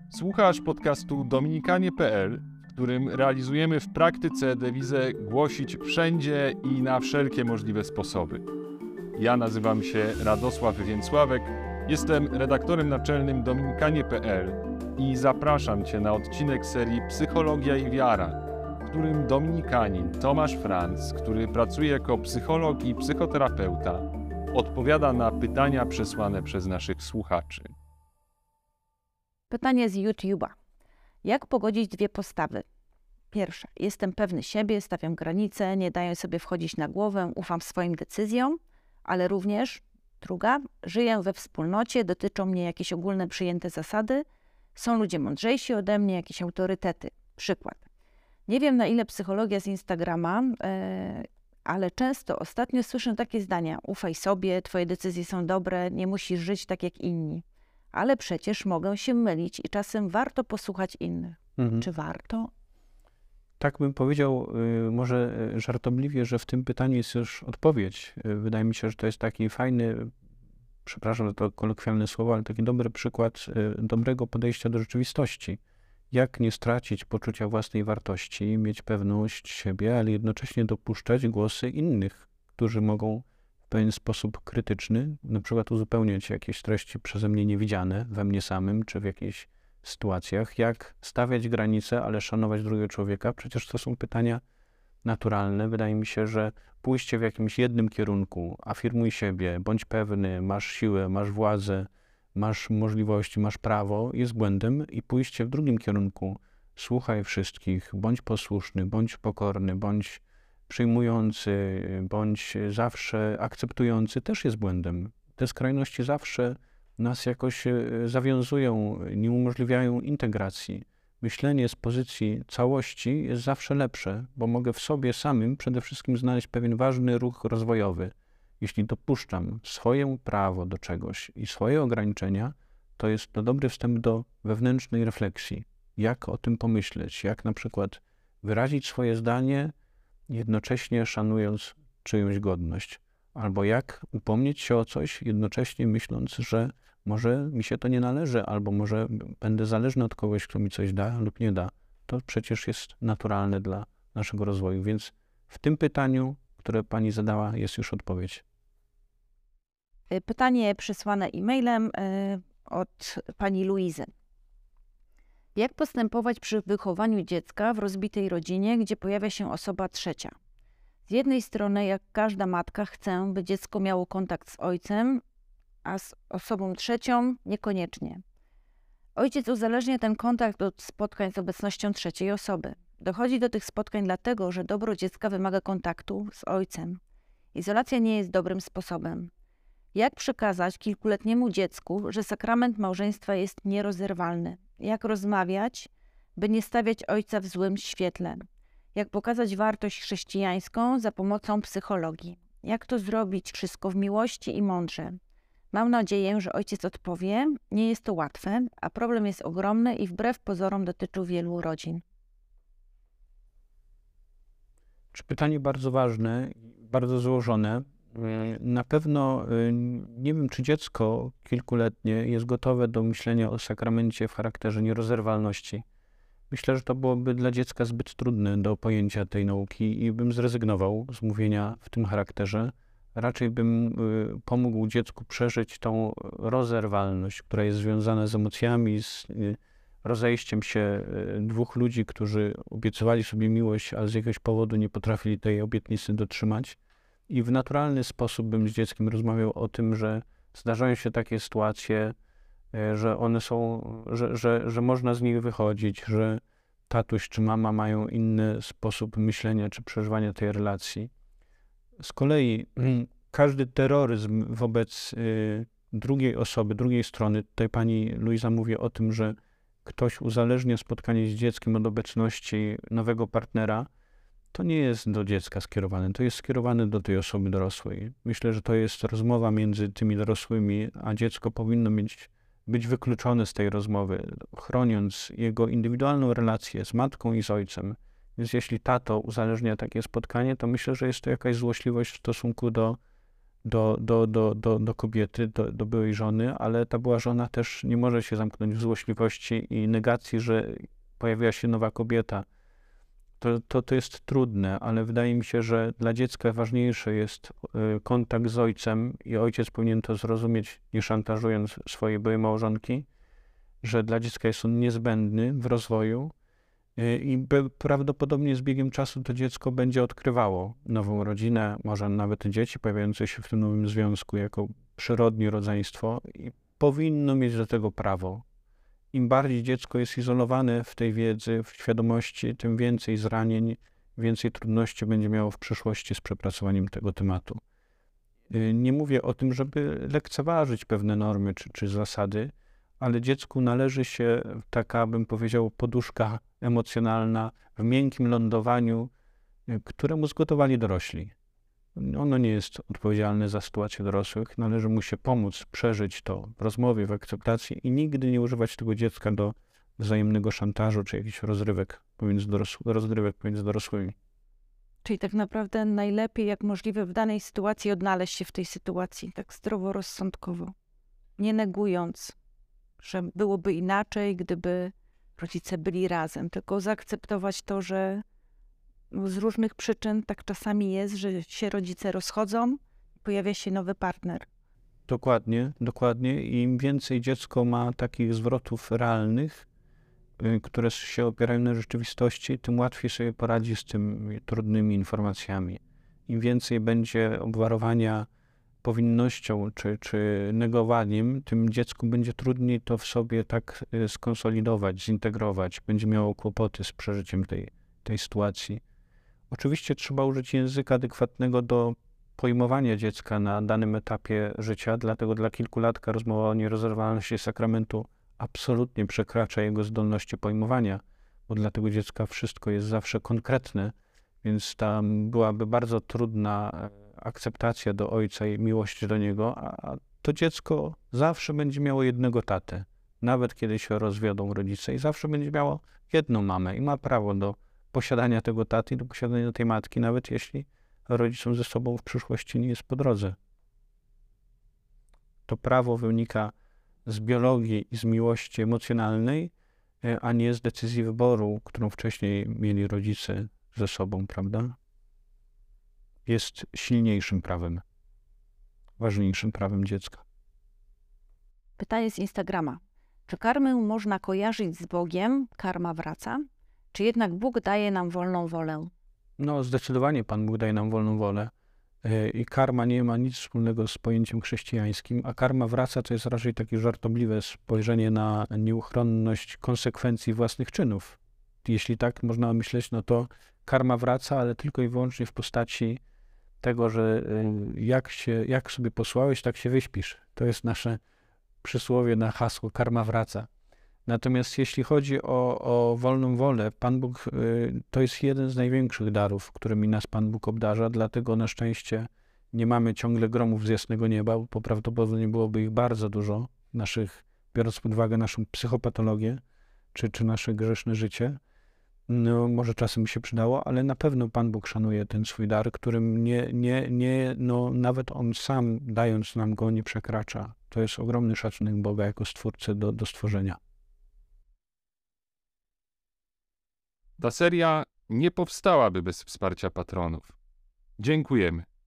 Słuchasz podcastu dominikanie.pl, w którym realizujemy w praktyce dewizę głosić wszędzie i na wszelkie możliwe sposoby. Ja nazywam się Radosław Więcławek, jestem redaktorem naczelnym dominikanie.pl i zapraszam Cię na odcinek serii Psychologia i wiara, w którym dominikanin Tomasz Franc, który pracuje jako psycholog i psychoterapeuta, odpowiada na pytania przesłane przez naszych słuchaczy. Pytanie z YouTube'a. Jak pogodzić dwie postawy? Pierwsza. Jestem pewny siebie, stawiam granice, nie daję sobie wchodzić na głowę, ufam swoim decyzjom, ale również druga. Żyję we wspólnocie, dotyczą mnie jakieś ogólne przyjęte zasady, są ludzie mądrzejsi ode mnie, jakieś autorytety. Przykład. Nie wiem, na ile psychologia z Instagrama, ale często ostatnio słyszę takie zdania: ufaj sobie, twoje decyzje są dobre, nie musisz żyć tak jak inni. Ale przecież mogę się mylić i czasem warto posłuchać innych. Czy warto? Tak bym powiedział, może żartobliwie, że w tym pytaniu jest już odpowiedź. Wydaje mi się, że to jest taki fajny, przepraszam za to kolokwialne słowo, ale taki dobry przykład dobrego podejścia do rzeczywistości. Jak nie stracić poczucia własnej wartości, mieć pewność siebie, ale jednocześnie dopuszczać głosy innych, którzy mogą w pewien sposób krytyczny, na przykład uzupełniać jakieś treści przeze mnie niewidziane we mnie samym, czy w jakichś sytuacjach, jak stawiać granice, ale szanować drugiego człowieka. Przecież to są pytania naturalne. Wydaje mi się, że pójście w jakimś jednym kierunku, afirmuj siebie, bądź pewny, masz siłę, masz władzę, masz możliwości, masz prawo, jest błędem, i pójście w drugim kierunku, słuchaj wszystkich, bądź posłuszny, bądź pokorny, bądź przyjmujący, bądź zawsze akceptujący, też jest błędem. Te skrajności zawsze nas jakoś zawiązują, nie umożliwiają integracji. Myślenie z pozycji całości jest zawsze lepsze, bo mogę w sobie samym przede wszystkim znaleźć pewien ważny ruch rozwojowy. Jeśli dopuszczam swoje prawo do czegoś i swoje ograniczenia, to jest to dobry wstęp do wewnętrznej refleksji. Jak o tym pomyśleć, jak na przykład wyrazić swoje zdanie, jednocześnie szanując czyjąś godność. Albo jak upomnieć się o coś, jednocześnie myśląc, że może mi się to nie należy, albo może będę zależny od kogoś, kto mi coś da lub nie da. To przecież jest naturalne dla naszego rozwoju. Więc w tym pytaniu, które pani zadała, jest już odpowiedź. Pytanie przesłane e-mailem od pani Luizy. Jak postępować przy wychowaniu dziecka w rozbitej rodzinie, gdzie pojawia się osoba trzecia? Z jednej strony, jak każda matka, chcę, by dziecko miało kontakt z ojcem, a z osobą trzecią niekoniecznie. Ojciec uzależnia ten kontakt od spotkań z obecnością trzeciej osoby. Dochodzi do tych spotkań dlatego, że dobro dziecka wymaga kontaktu z ojcem. Izolacja nie jest dobrym sposobem. Jak przekazać kilkuletniemu dziecku, że sakrament małżeństwa jest nierozerwalny? Jak rozmawiać, by nie stawiać ojca w złym świetle? Jak pokazać wartość chrześcijańską za pomocą psychologii? Jak to zrobić wszystko w miłości i mądrze? Mam nadzieję, że ojciec odpowie. Nie jest to łatwe, a problem jest ogromny i wbrew pozorom dotyczył wielu rodzin. Pytanie bardzo ważne, bardzo złożone. Na pewno nie wiem, czy dziecko kilkuletnie jest gotowe do myślenia o sakramencie w charakterze nierozerwalności. Myślę, że to byłoby dla dziecka zbyt trudne do pojęcia tej nauki i bym zrezygnował z mówienia w tym charakterze. Raczej bym pomógł dziecku przeżyć tą rozerwalność, która jest związana z emocjami, z rozejściem się dwóch ludzi, którzy obiecywali sobie miłość, ale z jakiegoś powodu nie potrafili tej obietnicy dotrzymać. I w naturalny sposób bym z dzieckiem rozmawiał o tym, że zdarzają się takie sytuacje, że one są, że można z nich wychodzić, że tatuś czy mama mają inny sposób myślenia czy przeżywania tej relacji. Z kolei każdy terroryzm wobec drugiej osoby, drugiej strony, tutaj pani Luiza mówi o tym, że ktoś uzależnia spotkanie z dzieckiem od obecności nowego partnera, to nie jest do dziecka skierowane, to jest skierowane do tej osoby dorosłej. Myślę, że to jest rozmowa między tymi dorosłymi, a dziecko powinno być wykluczone z tej rozmowy, chroniąc jego indywidualną relację z matką i z ojcem. Więc jeśli tato uzależnia takie spotkanie, to myślę, że jest to jakaś złośliwość w stosunku do do kobiety, do byłej żony, ale ta była żona też nie może się zamknąć w złośliwości i negacji, że pojawiła się nowa kobieta. To jest trudne, ale wydaje mi się, że dla dziecka ważniejszy jest kontakt z ojcem i ojciec powinien to zrozumieć, nie szantażując swojej byłej małżonki, że dla dziecka jest on niezbędny w rozwoju i prawdopodobnie z biegiem czasu to dziecko będzie odkrywało nową rodzinę, może nawet dzieci pojawiające się w tym nowym związku jako przyrodnie rodzeństwo i powinno mieć do tego prawo. Im bardziej dziecko jest izolowane w tej wiedzy, w świadomości, tym więcej zranień, więcej trudności będzie miało w przyszłości z przepracowaniem tego tematu. Nie mówię o tym, żeby lekceważyć pewne normy czy zasady, ale dziecku należy się taka, bym powiedział, poduszka emocjonalna w miękkim lądowaniu, któremu zgotowali dorośli. Ono nie jest odpowiedzialne za sytuację dorosłych, należy mu się pomóc przeżyć to w rozmowie, w akceptacji i nigdy nie używać tego dziecka do wzajemnego szantażu czy jakichś rozrywek pomiędzy dorosłymi. Czyli tak naprawdę najlepiej jak możliwe w danej sytuacji odnaleźć się w tej sytuacji, tak zdroworozsądkowo, nie negując, że byłoby inaczej, gdyby rodzice byli razem, tylko zaakceptować to, że z różnych przyczyn tak czasami jest, że się rodzice rozchodzą, pojawia się nowy partner. Dokładnie. I im więcej dziecko ma takich zwrotów realnych, które się opierają na rzeczywistości, tym łatwiej sobie poradzi z tymi trudnymi informacjami. Im więcej będzie obwarowania powinnością czy negowaniem, tym dziecku będzie trudniej to w sobie tak skonsolidować, zintegrować, będzie miało kłopoty z przeżyciem tej sytuacji. Oczywiście trzeba użyć języka adekwatnego do pojmowania dziecka na danym etapie życia, dlatego dla kilkulatka rozmowa o nierozerwalności sakramentu absolutnie przekracza jego zdolności pojmowania, bo dla tego dziecka wszystko jest zawsze konkretne, więc tam byłaby bardzo trudna akceptacja do ojca i miłość do niego, a to dziecko zawsze będzie miało jednego tatę, nawet kiedy się rozwiodą rodzice i zawsze będzie miało jedną mamę i ma prawo do posiadania tego taty, do posiadania tej matki, nawet jeśli rodzicom ze sobą w przyszłości nie jest po drodze. To prawo wynika z biologii i z miłości emocjonalnej, a nie z decyzji wyboru, którą wcześniej mieli rodzice ze sobą, prawda? Jest silniejszym prawem, ważniejszym prawem dziecka. Pytanie z Instagrama. Czy karmę można kojarzyć z Bogiem, karma wraca? Czy jednak Bóg daje nam wolną wolę? No, zdecydowanie Pan Bóg daje nam wolną wolę i karma nie ma nic wspólnego z pojęciem chrześcijańskim, a karma wraca to jest raczej takie żartobliwe spojrzenie na nieuchronność konsekwencji własnych czynów. Jeśli tak można myśleć, no to karma wraca, ale tylko i wyłącznie w postaci tego, że jak sobie posłałeś, tak się wyśpisz. To jest nasze przysłowie na hasło karma wraca. Natomiast jeśli chodzi o wolną wolę, Pan Bóg to jest jeden z największych darów, którymi nas Pan Bóg obdarza, dlatego na szczęście nie mamy ciągle gromów z jasnego nieba, bo prawdopodobnie byłoby ich bardzo dużo, biorąc pod uwagę naszą psychopatologię czy nasze grzeszne życie. No, może czasem by się przydało, ale na pewno Pan Bóg szanuje ten swój dar, którym nawet On sam, dając nam go, nie przekracza. To jest ogromny szacunek Boga jako Stwórcy do stworzenia. Ta seria nie powstałaby bez wsparcia patronów. Dziękujemy.